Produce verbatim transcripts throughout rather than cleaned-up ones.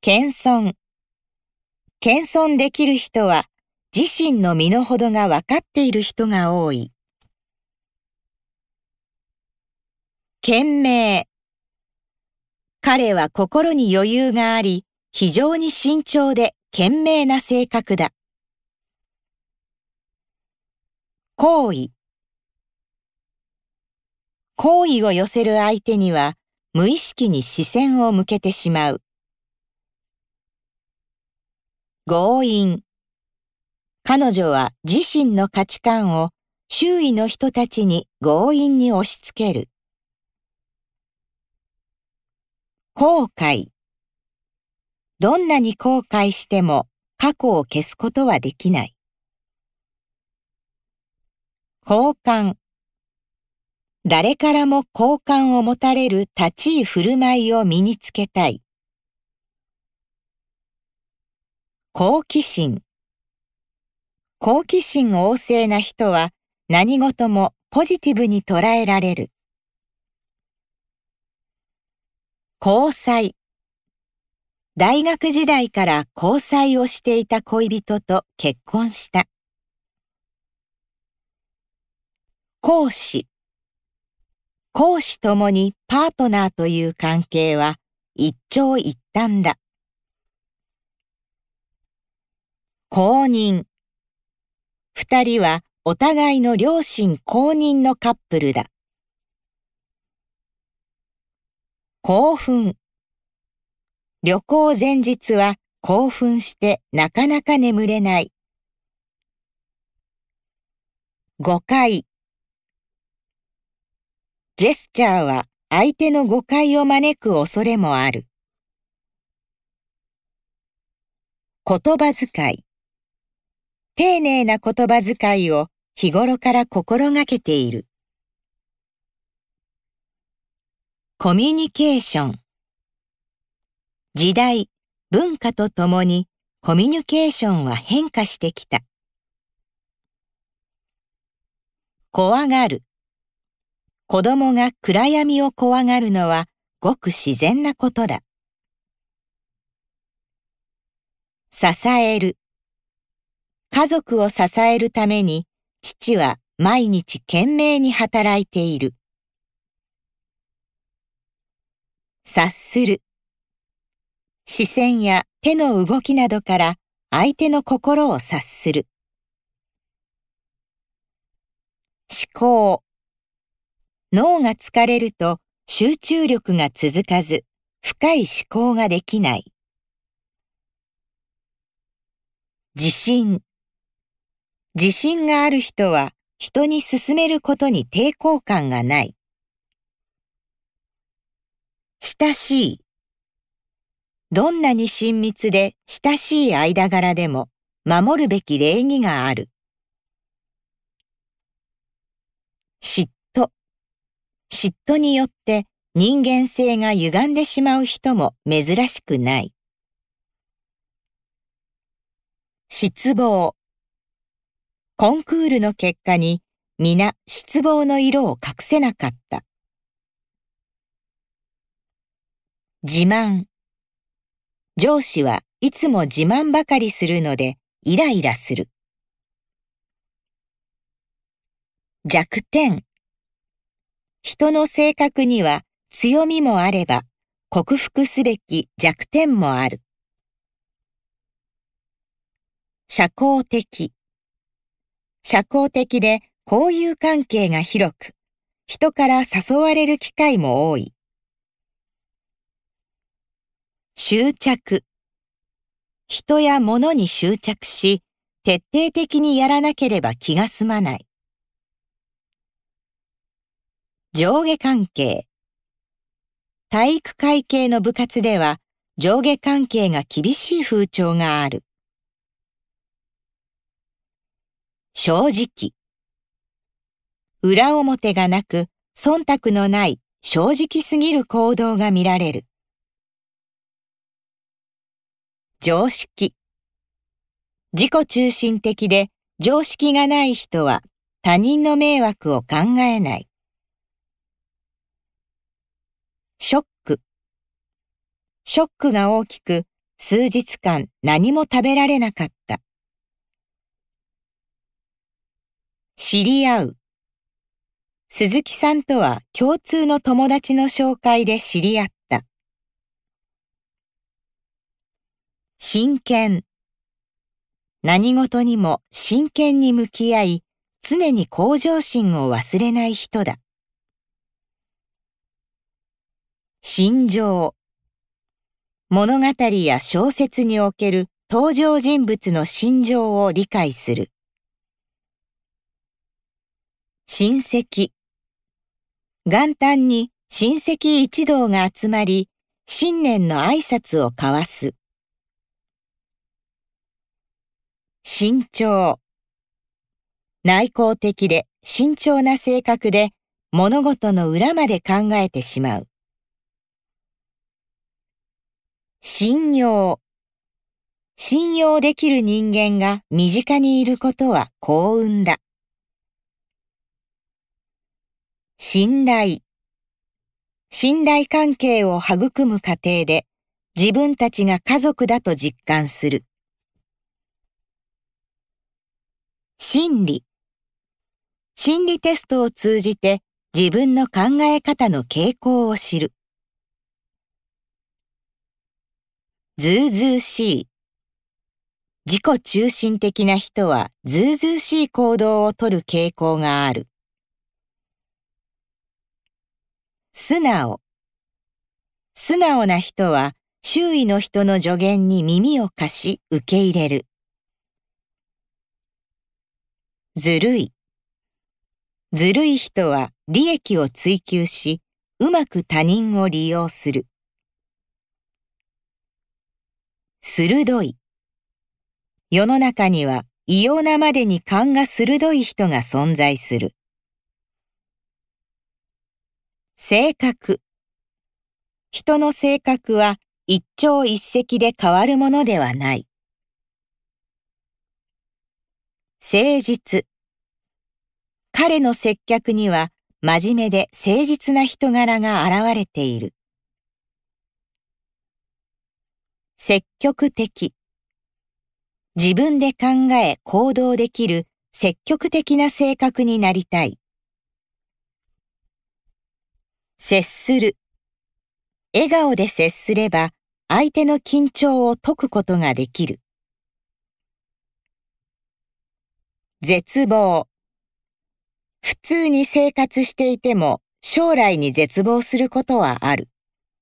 謙遜。謙遜できる人は自身の身の程が分かっている人が多い。賢明。彼は心に余裕があり、非常に慎重で賢明な性格だ。好意。好意を寄せる相手には無意識に視線を向けてしまう。強引。彼女は自身の価値観を周囲の人たちに強引に押し付ける。後悔。どんなに後悔しても過去を消すことはできない。好感。誰からも好感を持たれる立ち居振る舞いを身につけたい。好奇心。好奇心旺盛な人は何事もポジティブに捉えられる。交際。大学時代から交際をしていた恋人と結婚した。公私。公私ともにパートナーという関係は一長一短だ。公認。二人はお互いの両親公認のカップルだ。興奮。旅行前日は興奮してなかなか眠れない。誤解。ジェスチャーは相手の誤解を招く恐れもある。言葉遣い。丁寧な言葉遣いを日頃から心がけている。コミュニケーション。時代、文化とともにコミュニケーションは変化してきた。怖がる。子供が暗闇を怖がるのはごく自然なことだ。支える。家族を支えるために父は毎日懸命に働いている。察する。視線や手の動きなどから相手の心を察する。思考。脳が疲れると集中力が続かず、深い思考ができない。自信。自信がある人は人に勧めることに抵抗感がない。親しい。どんなに親密で親しい間柄でも守るべき礼儀がある。嫉妬。嫉妬によって人間性が歪んでしまう人も珍しくない。失望。コンクールの結果に皆失望の色を隠せなかった。自慢。上司はいつも自慢ばかりするのでイライラする。弱点。人の性格には強みもあれば克服すべき弱点もある。社交的。社交的で交友関係が広く、人から誘われる機会も多い。執着。人や物に執着し、徹底的にやらなければ気が済まない。上下関係。体育会系の部活では上下関係が厳しい風潮がある。正直。裏表がなく忖度のない正直すぎる行動が見られる。常識。自己中心的で常識がない人は他人の迷惑を考えない。ショック。ショックが大きく数日間何も食べられなかった。知り合う。鈴木さんとは共通の友達の紹介で知り合った。真剣。何事にも真剣に向き合い、常に向上心を忘れない人だ。心情。物語や小説における登場人物の心情を理解する。親戚。元旦に親戚一同が集まり、新年の挨拶を交わす。慎重。内向的で慎重な性格で物事の裏まで考えてしまう。信用。信用できる人間が身近にいることは幸運だ。信頼。信頼関係を育む過程で自分たちが家族だと実感する。心理。心理テストを通じて自分の考え方の傾向を知る。ずうずうしい。自己中心的な人はずうずうしい行動をとる傾向がある。素直。素直な人は周囲の人の助言に耳を貸し受け入れる。ずるい。ずるい人は利益を追求し、うまく他人を利用する。鋭い。世の中には異様なまでに勘が鋭い人が存在する。性格。人の性格は一朝一夕で変わるものではない。誠実。彼の接客には真面目で誠実な人柄が現れている。積極的。自分で考え行動できる積極的な性格になりたい。接する。笑顔で接すれば相手の緊張を解くことができる。絶望。普通に生活していても将来に絶望することはある。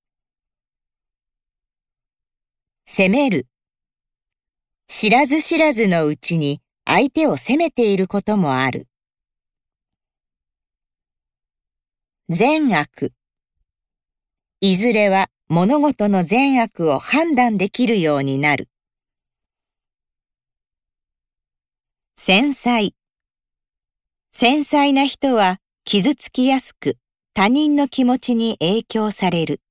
責める。知らず知らずのうちに相手を責めていることもある。善悪。いずれは物事の善悪を判断できるようになる。繊細。繊細な人は傷つきやすく他人の気持ちに影響される。